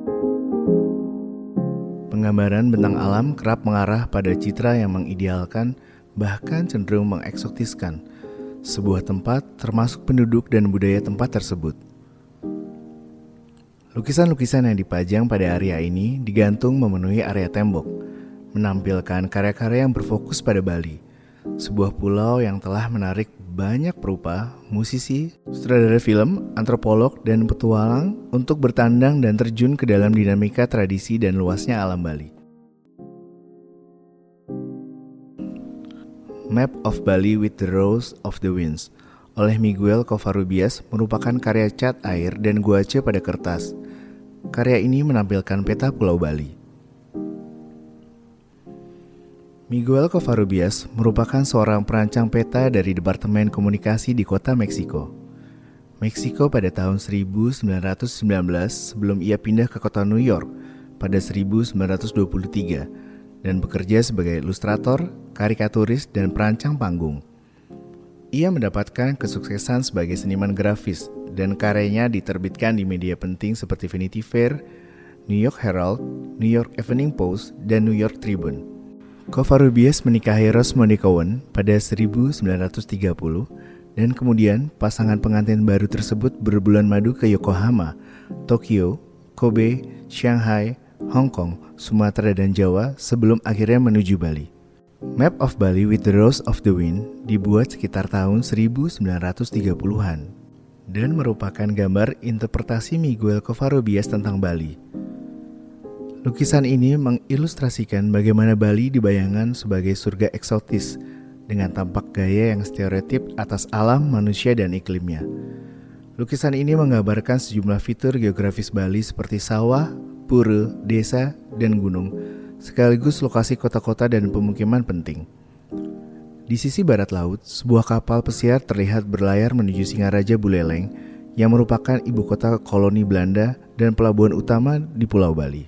Penggambaran bentang alam kerap mengarah pada citra yang mengidealkan, bahkan cenderung mengeksotiskan sebuah tempat, termasuk penduduk dan budaya tempat tersebut. Lukisan-lukisan yang dipajang pada area ini digantung memenuhi area tembok, menampilkan karya-karya yang berfokus pada Bali, sebuah pulau yang telah menarik banyak perupa, musisi, sutradara film, antropolog, dan petualang untuk bertandang dan terjun ke dalam dinamika tradisi dan luasnya alam Bali. Map of Bali with the Rose of the Winds oleh Miguel Covarrubias merupakan karya cat air dan guace pada kertas. Karya ini menampilkan peta Pulau Bali. Miguel Covarrubias merupakan seorang perancang peta dari Departemen Komunikasi di kota Meksiko. Meksiko pada tahun 1919 sebelum ia pindah ke kota New York pada 1923 dan bekerja sebagai ilustrator, karikaturis, dan perancang panggung. Ia mendapatkan kesuksesan sebagai seniman grafis dan karyanya diterbitkan di media penting seperti Vanity Fair, New York Herald, New York Evening Post, dan New York Tribune. Covarrubias menikahi Rosemonde Cowan pada 1930 dan kemudian pasangan pengantin baru tersebut berbulan madu ke Yokohama, Tokyo, Kobe, Shanghai, Hong Kong, Sumatera, dan Jawa sebelum akhirnya menuju Bali. Map of Bali with the Rose of the Wind dibuat sekitar tahun 1930-an dan merupakan gambar interpretasi Miguel Covarrubias tentang Bali. Lukisan ini mengilustrasikan bagaimana Bali dibayangkan sebagai surga eksotis dengan tampak gaya yang stereotip atas alam, manusia, dan iklimnya. Lukisan ini menggambarkan sejumlah fitur geografis Bali seperti sawah, pura, desa, dan gunung, sekaligus lokasi kota-kota dan pemukiman penting. Di sisi barat laut, sebuah kapal pesiar terlihat berlayar menuju Singaraja Buleleng yang merupakan ibu kota koloni Belanda dan pelabuhan utama di Pulau Bali.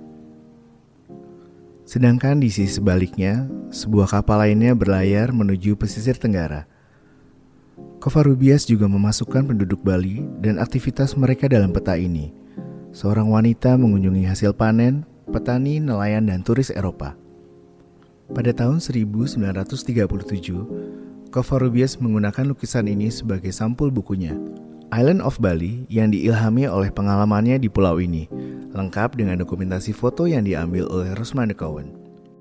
Sedangkan di sisi sebaliknya, sebuah kapal lainnya berlayar menuju pesisir tenggara. Covarrubias juga memasukkan penduduk Bali dan aktivitas mereka dalam peta ini. Seorang wanita mengunjungi hasil panen, petani, nelayan, dan turis Eropa. Pada tahun 1937, Covarrubias menggunakan lukisan ini sebagai sampul bukunya, Island of Bali, yang diilhami oleh pengalamannya di pulau ini, lengkap dengan dokumentasi foto yang diambil oleh Rosemonde Cowan.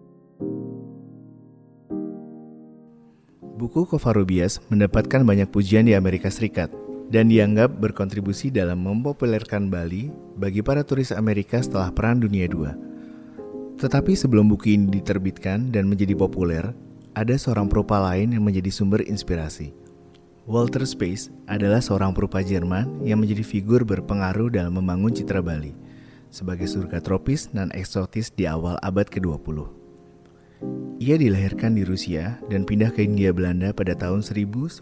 Buku Covarrubias mendapatkan banyak pujian di Amerika Serikat dan dianggap berkontribusi dalam mempopulerkan Bali bagi para turis Amerika setelah Perang Dunia II. Tetapi sebelum buku ini diterbitkan dan menjadi populer, ada seorang perupa lain yang menjadi sumber inspirasi. Walter Spaes adalah seorang perupa Jerman yang menjadi figur berpengaruh dalam membangun citra Bali sebagai surga tropis dan eksotis di awal abad ke-20. Ia dilahirkan di Rusia dan pindah ke Hindia Belanda pada tahun 1923.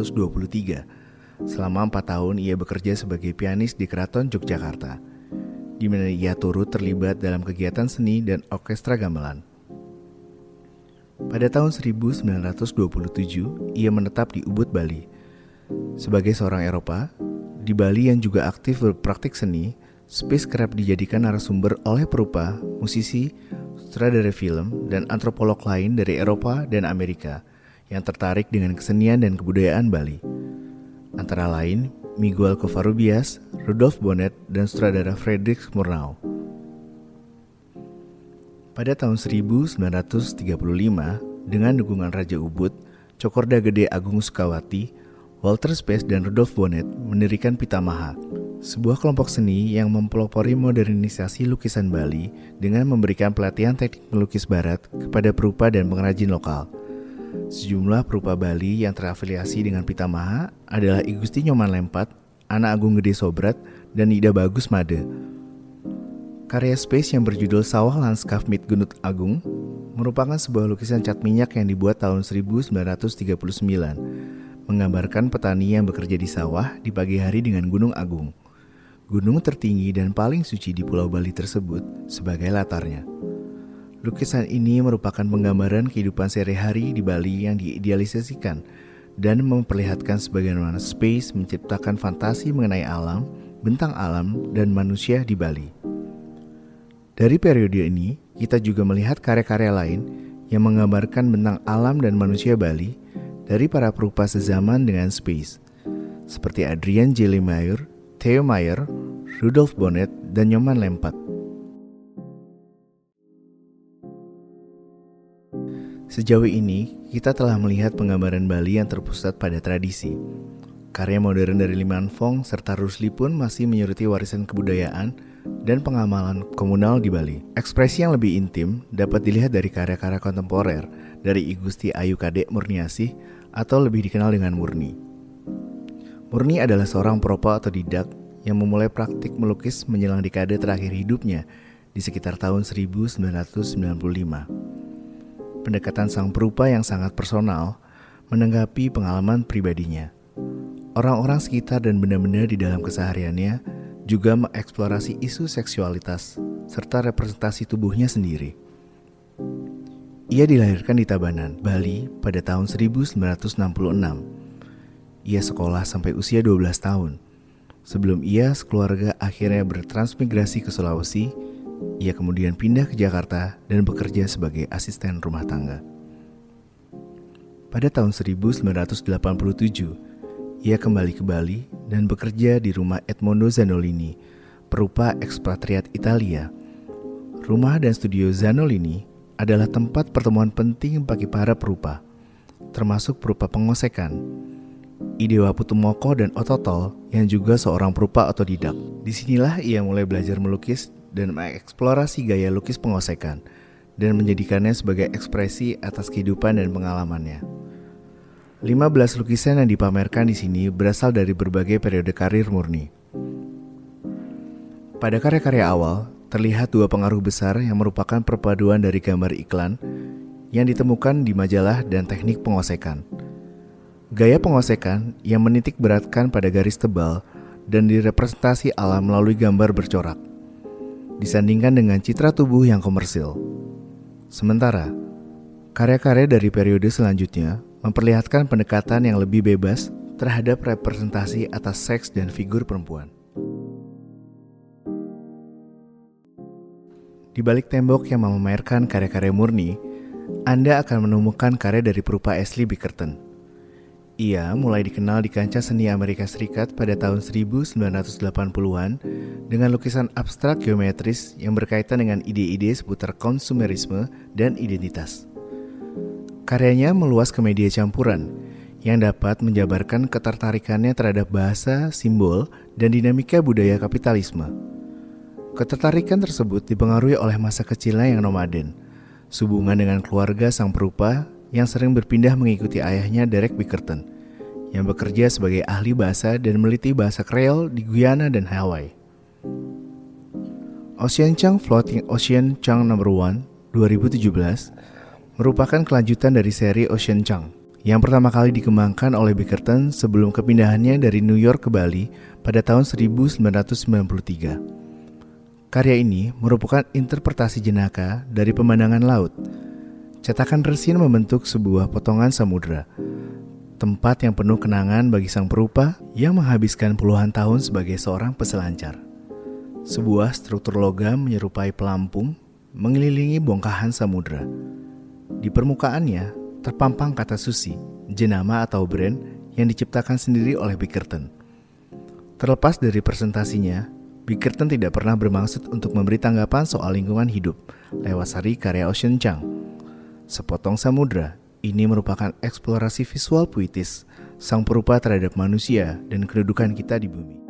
Selama 4 tahun ia bekerja sebagai pianis di Keraton Yogyakarta, di mana ia turut terlibat dalam kegiatan seni dan orkestra gamelan. Pada tahun 1927, ia menetap di Ubud, Bali. Sebagai seorang Eropa, di Bali yang juga aktif berpraktik seni, Spaes kerap dijadikan narasumber oleh perupa, musisi, sutradara film, dan antropolog lain dari Eropa dan Amerika yang tertarik dengan kesenian dan kebudayaan Bali. Antara lain, Miguel Covarrubias, Rudolf Bonnet, dan sutradara Friedrich Murnau. Pada tahun 1935, dengan dukungan Raja Ubud, Cokorda Gede Agung Sukawati, Walter Spaes dan Rudolf Bonnet mendirikan Pitamaha, sebuah kelompok seni yang mempelopori modernisasi lukisan Bali dengan memberikan pelatihan teknik melukis barat kepada perupa dan pengrajin lokal. Sejumlah perupa Bali yang terafiliasi dengan Pitamaha adalah I Gusti Nyoman Lempat, Ana Agung Gede Sobrat, dan Ida Bagus Made. Karya Spaes yang berjudul Sawah Landskap mit Gunung Agung merupakan sebuah lukisan cat minyak yang dibuat tahun 1939, menggambarkan petani yang bekerja di sawah di pagi hari dengan Gunung Agung, gunung tertinggi dan paling suci di Pulau Bali tersebut, sebagai latarnya. Lukisan ini merupakan penggambaran kehidupan sehari-hari di Bali yang diidealisasikan dan memperlihatkan sebagaimana Spaes menciptakan fantasi mengenai alam, bentang alam, dan manusia di Bali. Dari periode ini, kita juga melihat karya-karya lain yang menggambarkan bentang alam dan manusia Bali dari para perupa sezaman dengan Space, seperti Adrian J. Lemaire, Theo Mayer, Rudolf Bonnet, dan Nyoman Lempat. Sejauh ini, kita telah melihat penggambaran Bali yang terpusat pada tradisi. Karya modern dari Lee Man Fong serta Rusli pun masih menyeruti warisan kebudayaan dan pengamalan komunal di Bali. Ekspresi yang lebih intim dapat dilihat dari karya-karya kontemporer dari I Gusti Ayu Kadek Murniasih atau lebih dikenal dengan Murni. Murni adalah seorang peropa otodidak yang memulai praktik melukis menjelang dekade terakhir hidupnya di sekitar tahun 1995. Pendekatan sang perupa yang sangat personal menanggapi pengalaman pribadinya. Orang-orang sekitar dan benda-benda di dalam kesehariannya juga mengeksplorasi isu seksualitas serta representasi tubuhnya sendiri. Ia dilahirkan di Tabanan, Bali pada tahun 1966. Ia sekolah sampai usia 12 tahun. Sebelum ia sekeluarga akhirnya bertransmigrasi ke Sulawesi, ia kemudian pindah ke Jakarta dan bekerja sebagai asisten rumah tangga. Pada tahun 1987, ia kembali ke Bali dan bekerja di rumah Edmondo Zanolini, perupa ekspatriat Italia. Rumah dan studio Zanolini adalah tempat pertemuan penting bagi para perupa, termasuk perupa pengosekan, Idewa Putumoko dan Ototol yang juga seorang perupa otodidak. Disinilah ia mulai belajar melukis dan mengeksplorasi gaya lukis pengosekan dan menjadikannya sebagai ekspresi atas kehidupan dan pengalamannya. 15 lukisan yang dipamerkan di sini berasal dari berbagai periode karir Murni. Pada karya-karya awal, terlihat dua pengaruh besar yang merupakan perpaduan dari gambar iklan yang ditemukan di majalah dan teknik pengosekan. Gaya pengosekan yang menitik beratkan pada garis tebal dan direpresentasi alam melalui gambar bercorak, disandingkan dengan citra tubuh yang komersil. Sementara, karya-karya dari periode selanjutnya memperlihatkan pendekatan yang lebih bebas terhadap representasi atas seks dan figur perempuan. Di balik tembok yang memamerkan karya-karya Murni, Anda akan menemukan karya dari perupa Ashley Bickerton. Ia mulai dikenal di kancah seni Amerika Serikat pada tahun 1980-an dengan lukisan abstrak geometris yang berkaitan dengan ide-ide seputar konsumerisme dan identitas. Karyanya meluas ke media campuran yang dapat menjabarkan ketertarikannya terhadap bahasa, simbol, dan dinamika budaya kapitalisme. Ketertarikan tersebut dipengaruhi oleh masa kecilnya yang nomaden, sehubungan dengan keluarga sang perupa yang sering berpindah mengikuti ayahnya Derek Bickerton, yang bekerja sebagai ahli bahasa dan meliti bahasa Creole di Guyana dan Hawaii. Ocean Chang Floating Ocean Chang No. 1 2017 merupakan kelanjutan dari seri Ocean Chang yang pertama kali dikembangkan oleh Bickerton sebelum kepindahannya dari New York ke Bali pada tahun 1993. Karya ini merupakan interpretasi jenaka dari pemandangan laut. Cetakan resin membentuk sebuah potongan samudra, tempat yang penuh kenangan bagi sang perupa yang menghabiskan puluhan tahun sebagai seorang peselancar. Sebuah struktur logam menyerupai pelampung mengelilingi bongkahan samudra. Di permukaannya terpampang kata susi, jenama atau brand yang diciptakan sendiri oleh Bickerton. Terlepas dari presentasinya, Bickerton tidak pernah bermaksud untuk memberi tanggapan soal lingkungan hidup lewat seri karya Ocean Chang. Sepotong samudra ini merupakan eksplorasi visual puitis sang perupa terhadap manusia dan kedudukan kita di bumi.